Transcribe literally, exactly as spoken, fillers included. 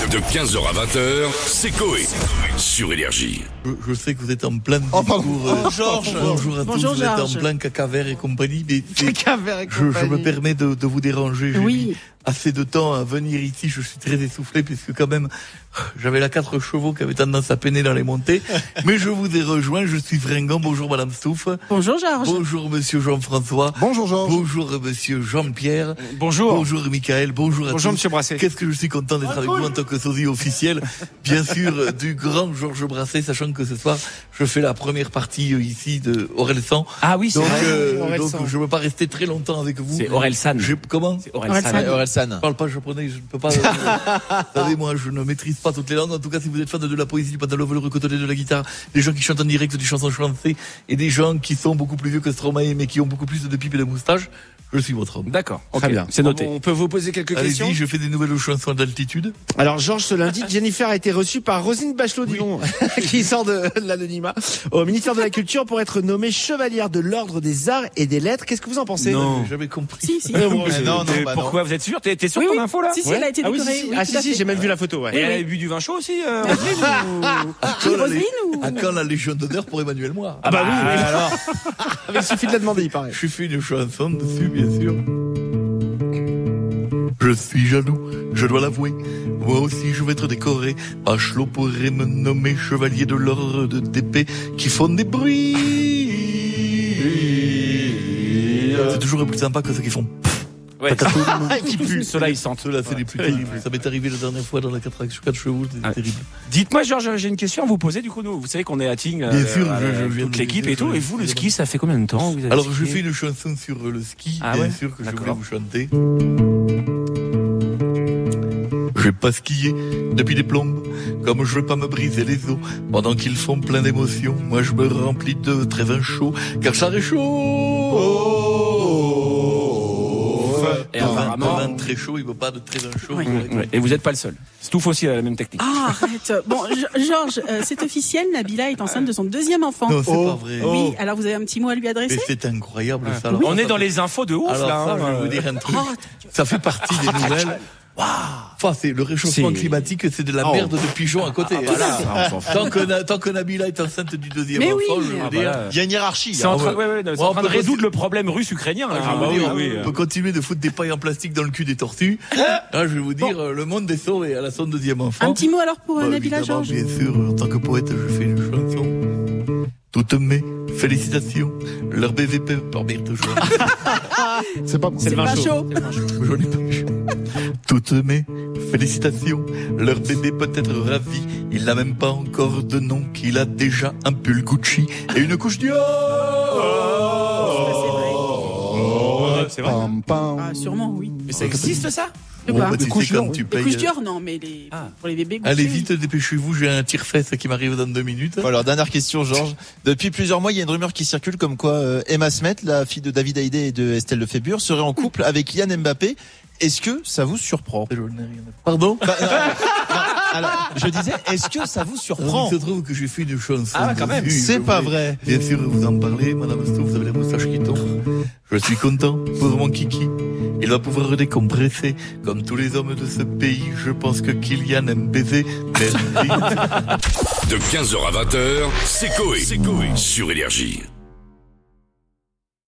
De quinze heures à vingt heures, c'est Coé. Sur Énergie. Je, je sais que vous êtes en plein Oh, pardon. discours. Oh, Georges. Bonjour à Bonjour, tous. Vous Georges. êtes en plein cacaver et compagnie. Mais c'est- Cacaver et je, je me compagnie. permets de, de vous déranger. J'ai Oui. mis assez de temps à venir ici. Je suis très essoufflé puisque quand même, j'avais la quatre chevaux qui avait tendance à peiner dans les montées. Mais je vous ai rejoint. Je suis Fringant. Bonjour Madame Stouff. Bonjour Georges. Bonjour Monsieur Jean-François. Bonjour Georges. Bonjour Monsieur Jean-Pierre. Bonjour. Bonjour Michael. Bonjour à Bonjour tous. Monsieur Brasset. Qu'est-ce que je suis content d'être avec vous en tant que sosie officiel, bien sûr, du grand Georges Brasset, sachant que ce soir, je fais la première partie euh, ici de Orelsan. Ah oui, c'est Donc, vrai. euh, Orelsan. donc je ne veux pas rester très longtemps avec vous. C'est Orelsan. Je, comment C'est Orelsan. Orelsan. Orelsan. Je parle pas japonais, je ne peux pas. euh, vous savez, moi, je ne maîtrise pas toutes les langues. En tout cas, si vous êtes fan de la poésie, du pantalon velours cotonné, de la guitare, des gens qui chantent en direct des chansons chantées et des gens qui sont beaucoup plus vieux que Stromae mais qui ont beaucoup plus de pipe et de moustache, je suis votre homme. D'accord. Très ok, bien. C'est noté. On peut vous poser quelques questions. Allez-y, je fais des nouvelles chansons d'altitude. Alors Georges, ce lundi, Jennifer a été reçue par Roselyne Bachelot, dis donc, qui sort de l'anonymat, au ministère de la Culture pour être nommée chevalière de l'Ordre des Arts et des Lettres. Qu'est-ce que vous en pensez? Non. J'avais compris. Si, si. Euh, bon, Mais c'est- non, non, Et bah pourquoi vous êtes sûr? T'es t'es sûr Oui, de oui. ton info là? Si, si, Ouais. elle a été Ah oui, décorée. si, si. oui, ah tout si, à si, fait. j'ai même vu la photo, ouais. Et elle a bu du vin chaud aussi, euh, À quand, la, Roselyne ou- à quand la Légion d'honneur pour Emmanuel Moir? Ah bah oui, oui. alors. Il suffit de la demander, il paraît. Je fais une chanson dessus, bien sûr. Je suis jaloux, je dois l'avouer. Moi aussi, je vais être décoré. Bachelot pourrait me nommer chevalier de l'ordre d'épée qui font des bruits. C'est toujours plus sympa que ceux qui font. Ouais. Qui pue. Ceux-là, ils sentent. Ceux-là, c'est les plus terribles. Ça m'est arrivé la dernière fois dans la quatre chevaux, c'était Ah. terrible. Dites-moi, Georges, j'ai une question à vous poser. Du coup, nous, vous savez qu'on est à Tignes. Bien sûr, je- avec je viens toute de l'équipe le et dire, tout. je- Et vous, le ski, ça fait combien de temps que vous avez Alors, je skié fais une chanson sur le ski, Ah bien ouais, sûr, que je voulais d'accord. vous chanter. J'ai pas skié depuis des plombes, comme je veux pas me briser les os, pendant qu'ils font plein d'émotions, moi je me remplis de très vin chaud, car ça réchauffe. Et Un vin- apparemment- un vin très chaud, il veut pas de très vin chaud. Oui. Mmh, ouais. Et vous n'êtes pas le seul. Stouff aussi a la même technique. Ah, arrête. Bon, Ge- Georges, euh, c'est officiel, Nabila est enceinte de son deuxième enfant. Non, c'est pas vrai. Oui, alors vous avez un petit mot à lui Mais adresser? c'est incroyable ça. Alors, On ça, est dans ça- les infos de ouf Alors là. ça, hein. je vais vous dire un truc. Oh, Ça fait partie des nouvelles. Enfin, c'est le réchauffement C'est- climatique, c'est de la Oh. merde de pigeon à côté. Ah, Voilà. voilà. On s'en fout. Tant que, Na- tant que Nabila est enceinte du deuxième Mais enfant, oui. je veux Ah, dire, voilà. Il y a une hiérarchie. C'est en train, ouais. ouais, ouais, c'est Ouais, en on train de peut résoudre aussi- le problème russe-ukrainien. Là. Ah, je Ah, veux bah vous dire, oui, oui. on peut continuer de foutre des pailles en plastique dans le cul des tortues. Là, je vais vous dire, euh, le monde est sauvé. Elle a son deuxième enfant. Un petit mot alors pour euh, Bah, Nabila, évidemment, Georges? bien sûr, en tant que poète, je fais une chanson. Toutes mes félicitations, leur B V P par bientôt chaud. C'est pas bon. C'est le vin pas chaud. chaud. J'en ai pas vu. Toutes mes félicitations, leur bébé peut être ravi. Il n'a même pas encore de nom, qu'il a déjà un pull Gucci et une couche Dior. C'est vrai. Pam, pam. Ah, sûrement, oui. Mais ça existe ça? De Bon, quoi? bah, tu sais, couches quand Dior, tu Les payes, couches euh, Dior, non, mais les, Ah. pour les bébés. Allez Gucci, vite, dépêchez-vous, j'ai un tire-fesse qui m'arrive dans deux minutes. Bon, alors, dernière question, Georges. Depuis plusieurs mois, il y a une rumeur qui circule comme quoi euh, Emma Smet, la fille de David Hallyday et de Estelle Lefébure, serait en couple avec Kylian Mbappé. Est-ce que ça vous surprend? Je n'ai rien à- Pardon? Bah, non, non, alors, je disais, est-ce que ça vous Alors, surprend? il se trouve que j'ai fait une chanson. Ah, quand même. dessus, C'est je pas voulais- vrai. Bien sûr, vous en parlez, Madame Stouff, vous avez la moustache qui tombe. Je suis content pour mon kiki. Il va pouvoir décompresser. Comme tous les hommes de ce pays, je pense que Kylian aime baiser. Merci. De quinze heures à vingt heures, c'est Coé. Sur Énergie.